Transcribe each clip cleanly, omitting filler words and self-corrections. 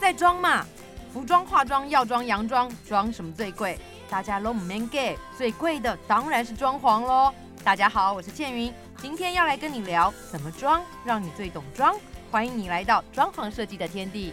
在装嘛，服装、化妆、药妆、洋装，装什么最贵？大家都不免给，最贵的当然是装潢咯。大家好，我是倩云，今天要来跟你聊怎么装，让你最懂装。欢迎你来到装潢设计的天地。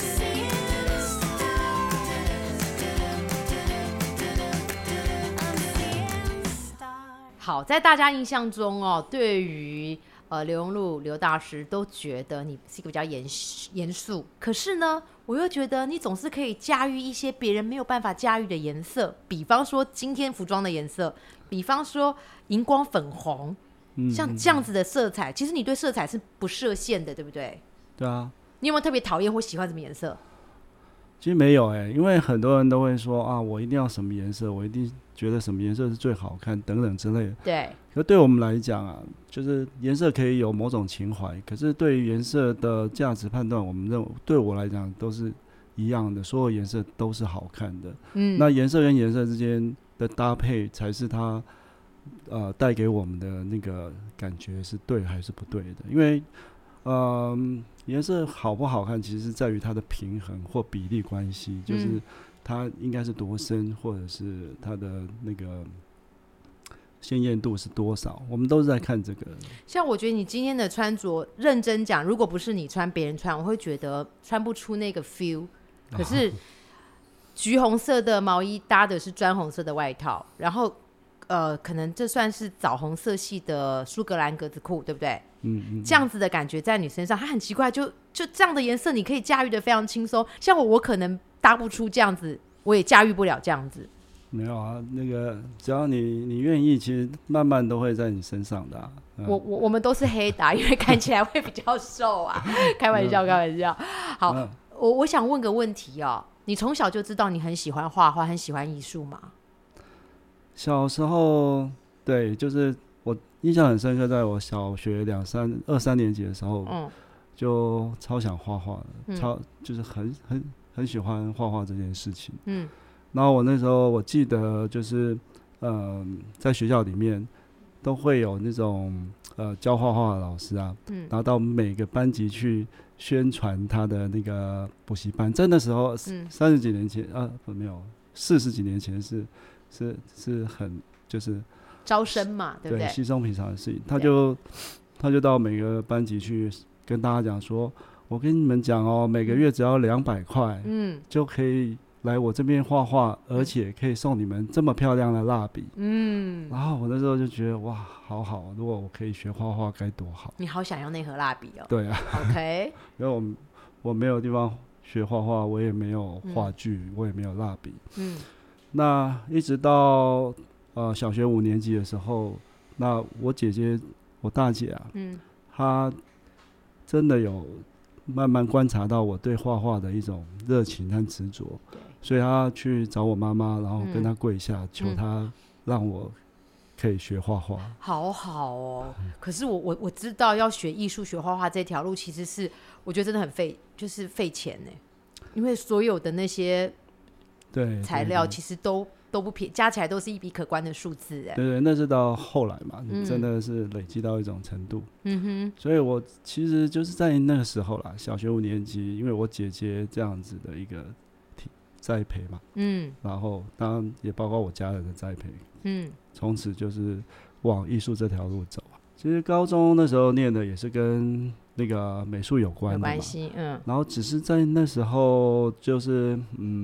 好，在大家印象中哦，对于刘荣禄刘大师都觉得你是一个比较严肃，可是呢，我又觉得你总是可以驾驭一些别人没有办法驾驭的颜色，比方说今天服装的颜色，比方说荧光粉红，像这样子的色彩，其实你对色彩是不设限的，对不对？ 对啊。 你有没有特别讨厌或喜欢什么颜色？ 其实没有因为很多人都会说啊，我一定要什么颜色，我一定觉得什么颜色是最好看等等之类的。 对。 可对我们来讲啊，就是颜色可以有某种情怀，可是对于颜色的价值判断，我们认为对我来讲都是一样的，所有颜色都是好看的。那颜色跟颜色之间的搭配才是它带给我们的那个感觉是对还是不对的。因为颜色好不好看，其实是在于它的平衡或比例关系，就是它应该是多深，或者是它的那个鲜艳度是多少，我们都是在看这个。 像我觉得你今天的穿着，认真讲，如果不是你穿，别人穿，我会觉得穿不出那个 feel。可是橘红色的毛衣搭的是砖红色的外套，然后可能这算是枣红色系的苏格兰格子裤，对不对？这样子的感觉在你身上，它很奇怪，就这样的颜色，你可以驾驭的非常轻松。像我可能搭不出这样子，我也驾驭不了这样子。 没有啊，那个只要你愿意，其实慢慢都会在你身上的我们都是黑的因为看起来会比较瘦啊。开玩笑开玩笑。好，我想问个问题哦，你从小就知道你很喜欢画画，很喜欢艺术吗？ 小时候对，就是我印象很深刻，在我小学二三年级的时候，就超想画画的，就是很喜欢画画这件事情。然后我那时候我记得就是在学校里面都会有那种教画画的老师啊，然后到每个班级去宣传他的那个补习班。在那时候30几年前没有40几年前是很就是招生嘛，对不对？ 对，稀松平常的事情。他就到每个班级去跟大家讲说，我跟你们讲哦，每个月只要200块，就可以来我这边画画，而且可以送你们这么漂亮的蜡笔。然后我那时候就觉得哇，好好，如果我可以学画画该多好。 你好想要那盒蜡笔哦。 对啊。 OK。 因为我没有地方学画画，我也没有画具，我也没有蜡笔。那一直到小学5年级的时候，那我大姐啊，她真的有慢慢观察到我对画画的一种热情和执着，所以她去找我妈妈，然后跟她跪下，求她让我可以学画画。 好好哦。可是我知道要学艺术、学画画这条路，其实是我觉得真的很就是费钱呢，因为所有的那些材料其实都不便宜，加起来都是一笔可观的数字。 对，那是到后来嘛，真的是累积到一种程度。所以我其实就是在那个时候啦，小学5年级，因为我姐姐这样子的一个栽培嘛，然后当然也包括我家人的栽培，从此就是往艺术这条路走。其实高中那时候念的也是跟那个美术有关的嘛，有关系，然后只是在那时候就是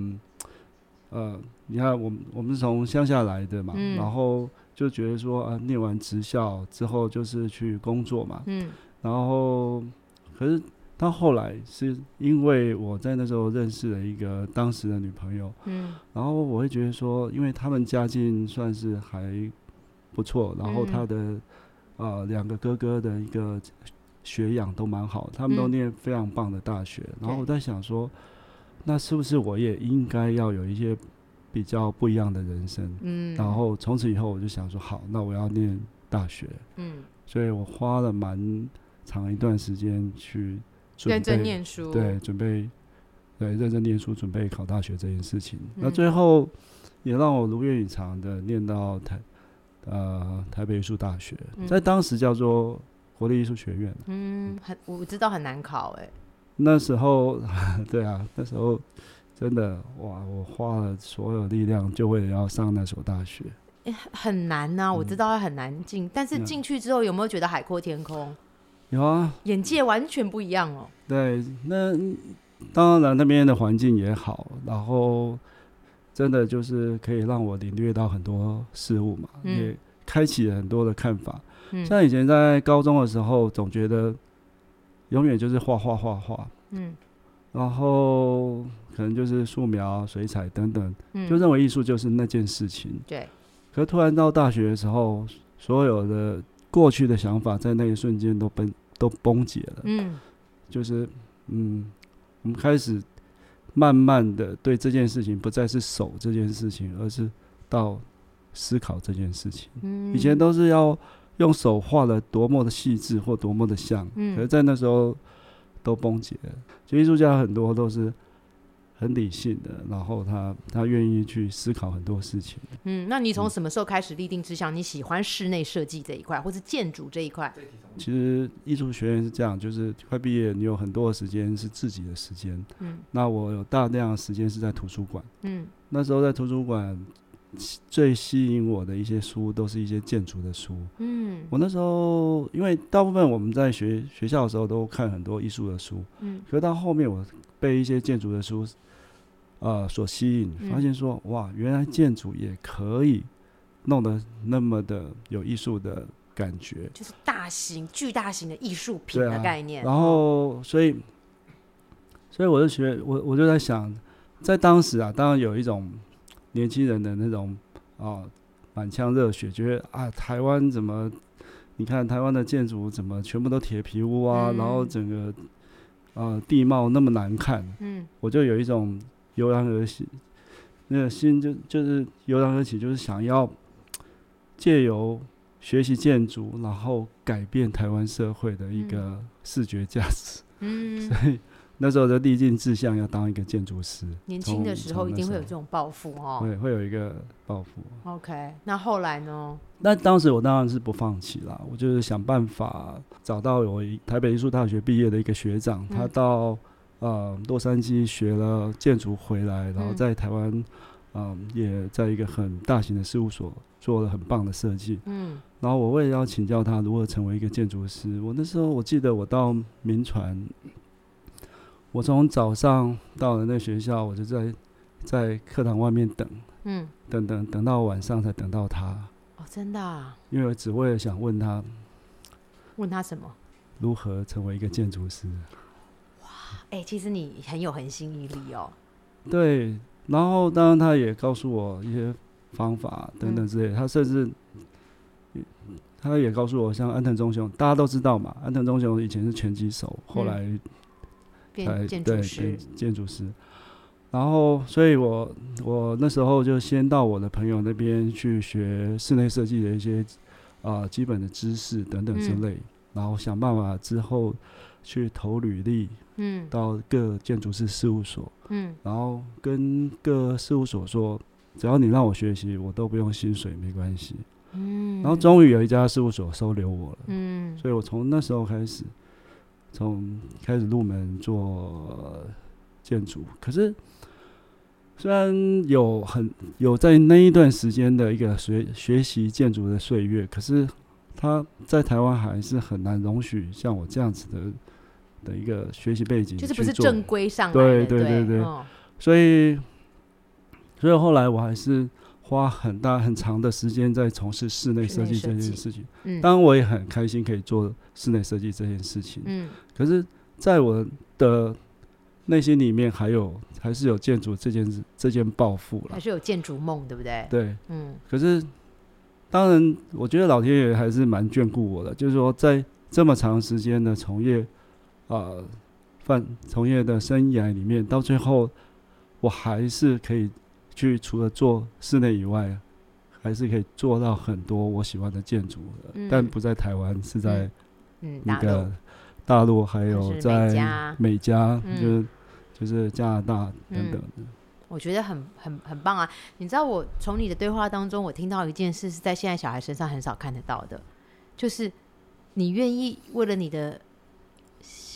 你看我们是从乡下来的嘛，然后就觉得说念完职校之后就是去工作嘛，然后可是到后来是因为我在那时候认识了一个当时的女朋友，然后我会觉得说，因为他们家境算是还不错，然后他的2个哥哥的一个学养都蛮好，他们都念非常棒的大学，然后我在想说，那是不是我也应该要有一些比较不一样的人生？然后从此以后我就想说，好，那我要念大学。所以我花了蛮长一段时间去认真念书，对，认真念书，准备考大学这件事情。那最后也让我如愿以偿的念到台北艺术大学，在当时叫做国立艺术学院。 我知道很难考那时候对啊，那时候真的哇，我花了所有力量就为了要上那所大学。 很难啊，我知道很难进，但是进去之后有没有觉得海阔天空？ 有啊， 眼界完全不一样哦。 对，那当然那边的环境也好，然后真的就是可以让我领略到很多事物嘛，也开启了很多的看法。像以前在高中的时候，总觉得永远就是画画画画，然后可能就是素描、水彩等等，就认为艺术就是那件事情。 对。 可是突然到大学的时候，所有的过去的想法在那一瞬间都崩解了。就是我们开始慢慢的对这件事情不再是手这件事情，而是到思考这件事情。以前都是要用手画的多么的细致或多么的像，可是在那时候都崩解了。就艺术家很多都是很理性的，然后他愿意去思考很多事情。 那你从什么时候开始立定志向？你喜欢室内设计这一块，或是建筑这一块？ 其实艺术学院是这样，就是快毕业，你有很多的时间是自己的时间。那我有大量的时间是在图书馆。那时候在图书馆最吸引我的一些书都是一些建筑的书。我那时候因为大部分我们在学校的时候都看很多艺术的书，可是到后面我被一些建筑的书所吸引，发现说哇，原来建筑也可以弄得那么的有艺术的感觉， 就是巨大型的艺术品的概念。 然后所以我就在想，在当时啊，当然有一种年轻人的那种满腔热血，觉得啊，台湾怎么？你看台湾的建筑怎么全部都铁皮屋啊，然后整个地貌那么难看。我就有一种油然而起，那个心就是油然而起，就是想要借由学习建筑，然后改变台湾社会的一个视觉价值。所以那时候就立定志向要当一个建筑师。 年轻的时候一定会有这种抱负哦。 会有一个抱负。 OK， 那后来呢？ 那当时我当然是不放弃啦，我就是想办法找到我台北艺术大学毕业的一个学长，他到洛杉矶学了建筑回来，然后在台湾也在一个很大型的事务所做了很棒的设计。然后我为了要请教他如何成为一个建筑师，我那时候我记得我到民传，我从早上到了那学校，我就在课堂外面等，等到晚上才等到他。 真的啊？ 因为只为了想问他什么？ 如何成为一个建筑师。 哇，其实你很有恒心毅力哦。 对，然后当然他也告诉我一些方法等等之类的，他甚至他也告诉我，像安藤忠雄，大家都知道嘛，安藤忠雄以前是拳击手，后来变建筑师。 对，建筑师。然后，所以我那时候就先到我的朋友那边去学室内设计的一些基本的知识等等之类，然后想办法之后去投履历，到各建筑师事务所，然后跟各事务所说，只要你让我学习，我都不用薪水，没关系。然后终于有一家事务所收留我了，所以我从那时候开始入门做建筑。可是虽然有在那一段时间的一个学习建筑的岁月，可是他在台湾还是很难容许像我这样子的一个学习背景， 就是不是正规上来的。 对，所以后来我还是花很长的时间在从事室内设计这件事情。当然我也很开心可以做室内设计这件事情。可是在我的内心里面还是有建筑这件抱负啦， 还是有建筑梦，对不对？ 对，可是当然我觉得老天爷还是蛮眷顾我的，就是说在这么长时间的从业的生涯里面，到最后我还是可以去除了做室内以外，还是可以做到很多我喜欢的建筑的，但不在台湾，是在那个大陆，还有在美加，就是加拿大等等的。 我觉得很棒啊！你知道我从你的对话当中，我听到一件事是在现在小孩身上很少看得到的，就是你愿意为了你的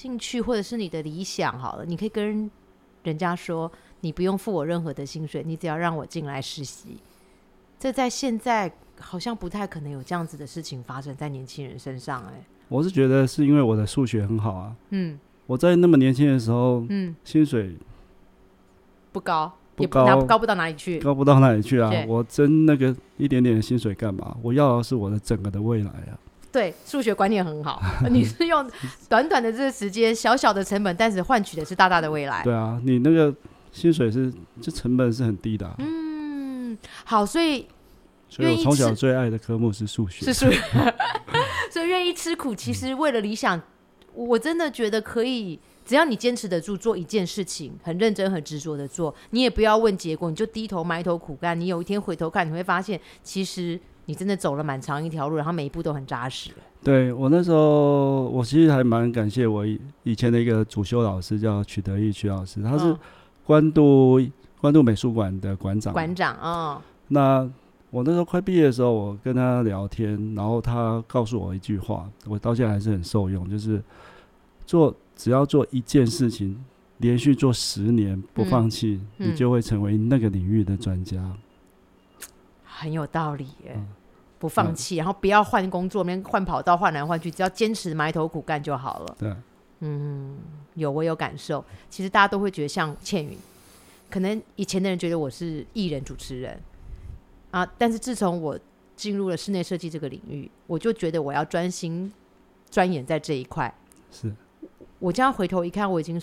兴趣或者是你的理想好了，你可以跟人家说，你不用付我任何的薪水，你只要让我进来实习。这在现在好像不太可能有这样子的事情发生在年轻人身上。 我是觉得是因为我的数学很好啊。我在那么年轻的时候，薪水不高， 不高， 也高不到哪里去， 高不到哪里去啊！我争那个一点点的薪水干嘛？我要的是我的整个的未来啊！ 对，数学观念很好，你是用短短的这个时间、小小的成本，但是换取的是大大的未来。 对啊，你那个薪水这成本是很低的。 好，所以我从小最爱的科目是数学， 所以愿意吃苦，其实为了理想，我真的觉得可以。只要你坚持得住做一件事情，很认真很执着的做，你也不要问结果，你就低头埋头苦干。你有一天回头看，你会发现其实你真的走了蛮长一条路，然后每一步都很扎实。对， 我那时候我其实还蛮感谢我以前的一个主修老师叫曲德义曲老师，他是关渡美术馆的馆长。那我那时候快毕业的时候，我跟他聊天，然后他告诉我一句话，我到现在还是很受用，就是只要做一件事情，连续做10年不放弃，你就会成为那个领域的专家。 很有道理耶。不放弃，然后不要换工作，换跑道，换来换去，只要坚持埋头苦干就好了。 对， 我有感受。其实大家都会觉得像倩云，可能以前的人觉得我是艺人主持人啊，但是自从我进入了室内设计这个领域，我就觉得我要专心钻研在这一块。 是。 我这样回头一看，我已经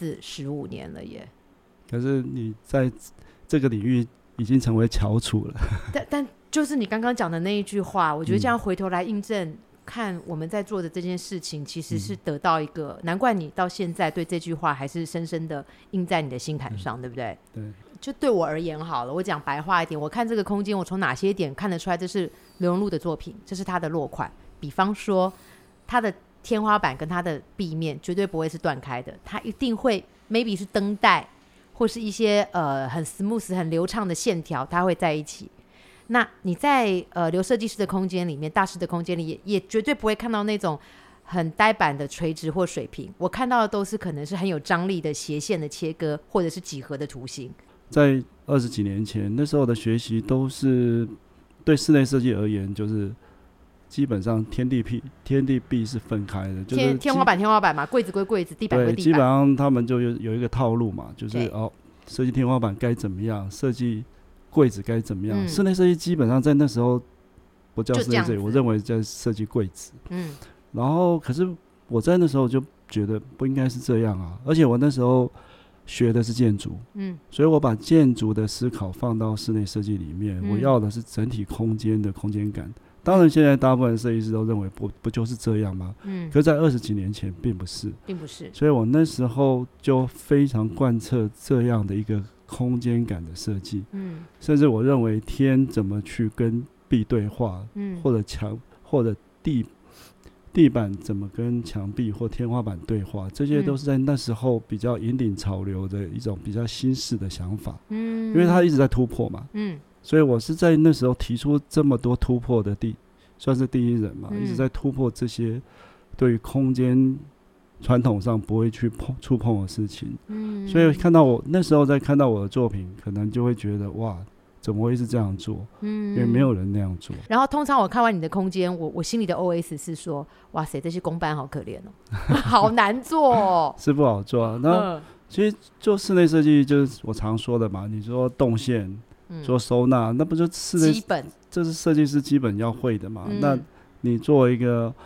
15年了耶。 可是你在这个领域已经成为翘楚了。 但就是你刚刚讲的那一句话，我觉得这样回头来印证，看我们在做的这件事情，其实是得到一个，难怪你到现在对这句话还是深深的印在你的心坎上，对不对？ 对。 就对我而言好了，我讲白话一点，我看这个空间，我从哪些点看得出来这是刘荣禄的作品，这是他的落款。比方说他的天花板跟它的壁面绝对不会是断开的，它一定会 maybe 是灯带或是一些很 smooth 很流畅的线条，它会在一起。那你在刘设计师的空间里面，大师的空间里也绝对不会看到那种很呆板的垂直或水平，我看到的都是可能是很有张力的斜线的切割或者是几何的图形。在 20几年前，那时候的学习都是对室内设计而言，就是基本上天地壁是分开的，就是天花板嘛，柜子归柜子，地板归地板。 对，基本上他们就有一个套路嘛，就是设计天花板该怎么样，设计柜子该怎么样。室内设计基本上在那时候不叫室内设计，我认为在设计柜子。然后可是我在那时候就觉得不应该是这样啊，而且我那时候学的是建筑，所以我把建筑的思考放到室内设计里面，我要的是整体空间的空间感。当然现在大部分设计师都认为不就是这样吗？可是在20几年前并不是，所以我那时候就非常贯彻这样的一个空间感的设计。甚至我认为天怎么去跟壁对话，或者墙或者地板怎么跟墙壁或天花板对话，这些都是在那时候比较引领潮流的一种比较新式的想法。因为它一直在突破嘛。所以我是在那时候提出这么多突破的算是第一人嘛，一直在突破这些对于空间传统上不会去触碰的事情。所以那时候在看到我的作品，可能就会觉得哇，怎么会是这样做？因为没有人那样做。 然后通常我看完你的空间，我心里的 OS 是说，哇塞，这些工班好可怜哦，好难做哦。 是不好做啊。那其实做室内设计就是我常说的嘛，你说动线。做收纳，那不就室内基本，这是设计师基本要会的嘛。那你作为一个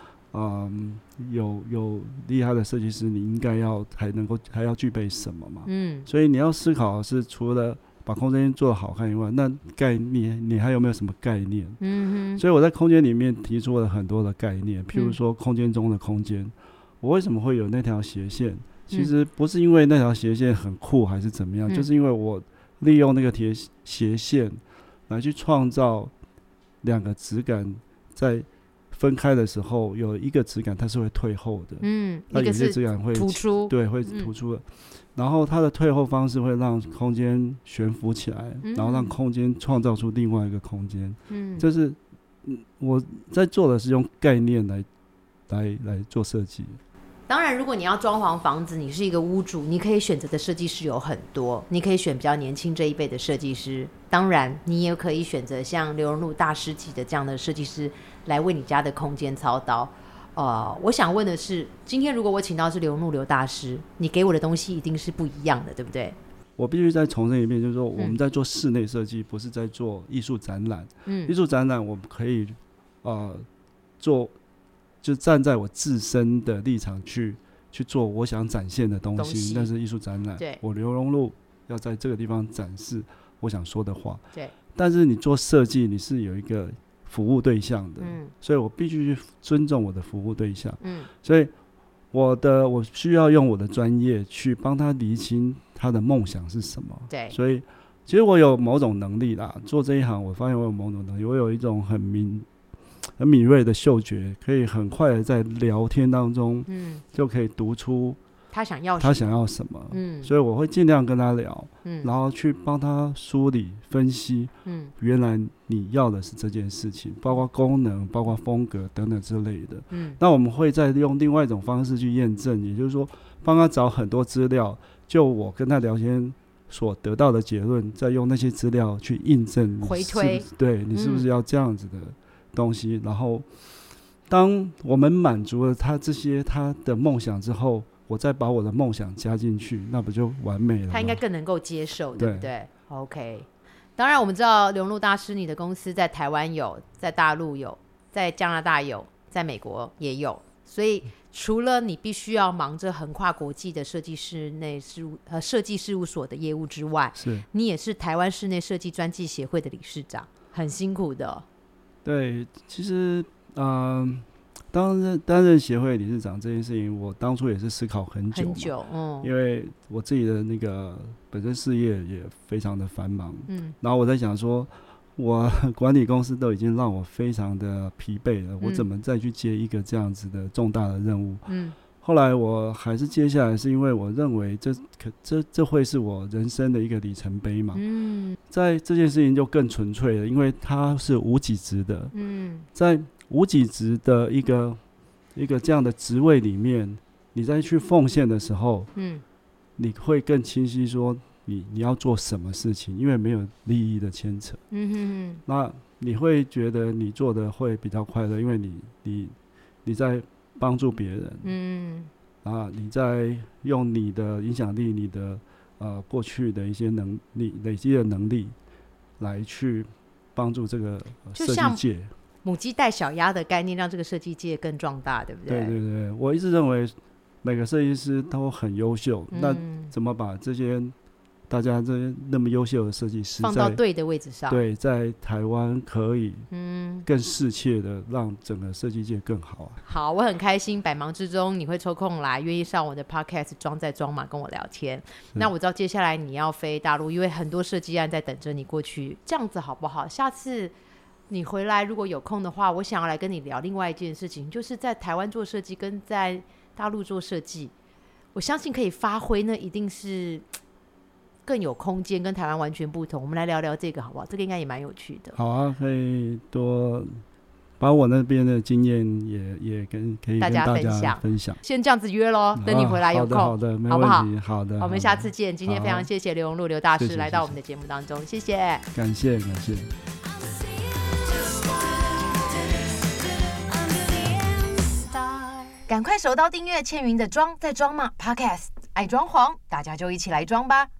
有厉害的设计师，你应该还要具备什么嘛？所以你要思考的是，除了把空间做得好看以外，那概念你还有没有什么概念？所以我在空间里面提出了很多的概念，譬如说空间中的空间，我为什么会有那条斜线？其实不是因为那条斜线很酷还是怎么样，就是因为我利用那个斜线来去创造两个质感，在分开的时候有一个质感它是会退后的，那有些质感会突出， 对，会突出的。然后它的退后方式会让空间悬浮起来，然后让空间创造出另外一个空间。这是我在做的是用概念来做设计。 当然如果你要装潢房子，你是一个屋主，你可以选择的设计师有很多，你可以选比较年轻这一辈的设计师，当然你也可以选择像刘荣禄大师级的这样的设计师来为你家的空间操刀。我想问的是，今天如果我请到是刘荣禄刘大师，你给我的东西一定是不一样的，对不对？ 我必须再重申一遍，就是说我们在做室内设计，不是在做艺术展览。艺术展览我们可以做，就站在我自身的立场去做我想展现的东西，那是艺术展览。我刘荣禄要在这个地方展示我想说的话。对。但是你做设计，你是有一个服务对象的，所以我必须去尊重我的服务对象。所以我需要用我的专业去帮他厘清他的梦想是什么。对。所以其实我有某种能力啦，做这一行我发现我有某种能力，我有一种很敏锐的嗅觉，可以很快的在聊天当中，就可以读出他想要什么。所以我会尽量跟他聊，然后去帮他梳理分析，原来你要的是这件事情，包括功能，包括风格等等之类的。那我们会再用另外一种方式去验证，也就是说帮他找很多资料，就我跟他聊天所得到的结论，再用那些资料去印证回推，对，你是不是要这样子的东西。然后当我们满足了他的梦想之后，我再把我的梦想加进去，那不就完美了吗？他应该更能够接受，对不对？ OK。 当然我们知道刘荣禄大师你的公司在台湾有，在大陆有，在加拿大有，在美国也有，所以除了你必须要忙着横跨国际的设计事务所的业务之外，你也是台湾室内设计专技协会的理事长，很辛苦的。对，其实担任协会理事长这件事情，我当初也是思考很久，因为我自己的那个本身事业也非常的繁忙，然后我在想说，我管理公司都已经让我非常的疲惫了，我怎么再去接一个这样子的重大的任务？后来我还是接下来，是因为我认为这会是我人生的一个里程碑嘛。在这件事情就更纯粹了，因为它是无给职的。在无给职的一个这样的职位里面，你再去奉献的时候，你会更清晰说你要做什么事情，因为没有利益的牵扯。那你会觉得你做的会比较快乐，因为你在帮助别人，你在用你的影响力，你的过去的一些能力累积的能力来去帮助这个设计界。母鸡带小鸭的概念，让这个设计界更壮大，对不对？对对对，我一直认为每个设计师都很优秀，那怎么把大家这些那么优秀的设计师放到对的位置上？对，在台湾可以更适切的让整个设计界更好。好，我很开心百忙之中你会抽空来，愿意上我的 podcast 装在装嘛跟我聊天。那我知道接下来你要飞大陆，因为很多设计案在等着你过去，这样子好不好？下次你回来如果有空的话，我想要来跟你聊另外一件事情，就是在台湾做设计跟在大陆做设计，我相信可以发挥呢，一定是更有空间，跟台湾完全不同。我们来聊聊这个好不好？这个应该也蛮有趣的。好啊，可以多把我那边的经验也可以跟大家分享。先这样子约咯，等你回来有空。好的，没问题，好不好？好的，我们下次见。今天非常谢谢刘荣禄刘大师来到我们的节目当中，谢谢，感谢。赶快手刀订阅倩云的装在装嘛 Podcast， 爱装潢，大家就一起来装吧。